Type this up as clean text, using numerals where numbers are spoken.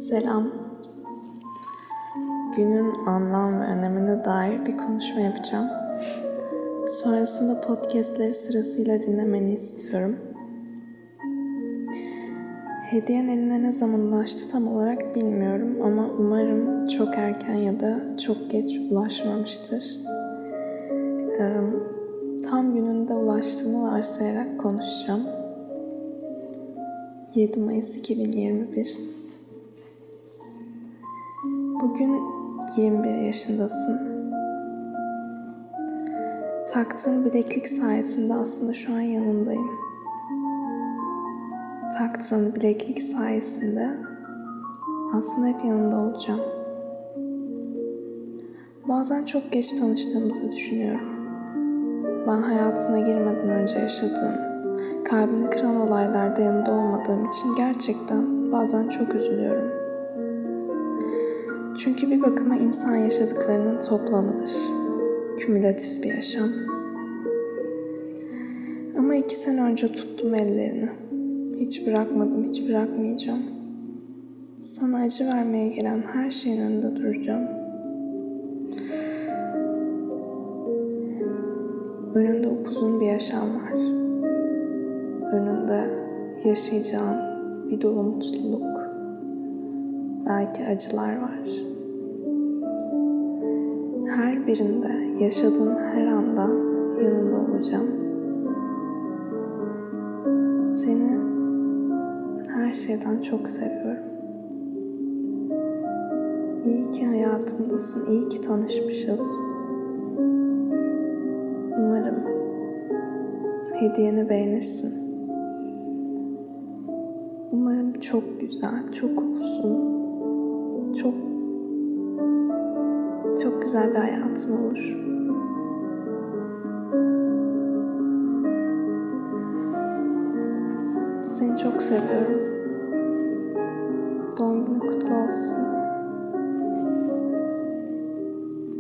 Selam. Günün anlam ve önemine dair bir konuşma yapacağım. Sonrasında podcastleri sırasıyla dinlemeni istiyorum. Hediyen eline ne zaman ulaştı tam olarak bilmiyorum ama umarım çok erken ya da çok geç ulaşmamıştır. Tam gününde ulaştığını varsayarak konuşacağım. 7 Mayıs 2021. Bugün 21 yaşındasın. Taktığın bileklik sayesinde aslında şu an yanındayım. Taktığın bileklik sayesinde aslında hep yanında olacağım. Bazen çok geç tanıştığımızı düşünüyorum. Ben hayatına girmeden önce yaşadığım, kalbini kıran olaylarda yanında olmadığım için gerçekten bazen çok üzülüyorum. Çünkü bir bakıma insan yaşadıklarının toplamıdır. Kümülatif bir yaşam. Ama 2 sene önce tuttum ellerini. Hiç bırakmadım, hiç bırakmayacağım. Sana acı vermeye gelen her şeyin önünde duracağım. Önünde upuzun bir yaşam var. Önünde yaşayacağın bir dolu mutluluk. Belki acılar var. Her birinde, yaşadığın her anda yanında olacağım. Seni her şeyden çok seviyorum. İyi ki hayatımdasın, iyi ki tanışmışız. Umarım hediyeni beğenirsin. Umarım çok güzel, çok uzun, çok güzel bir hayatın olur. Seni çok seviyorum. Doğum günün kutlu olsun.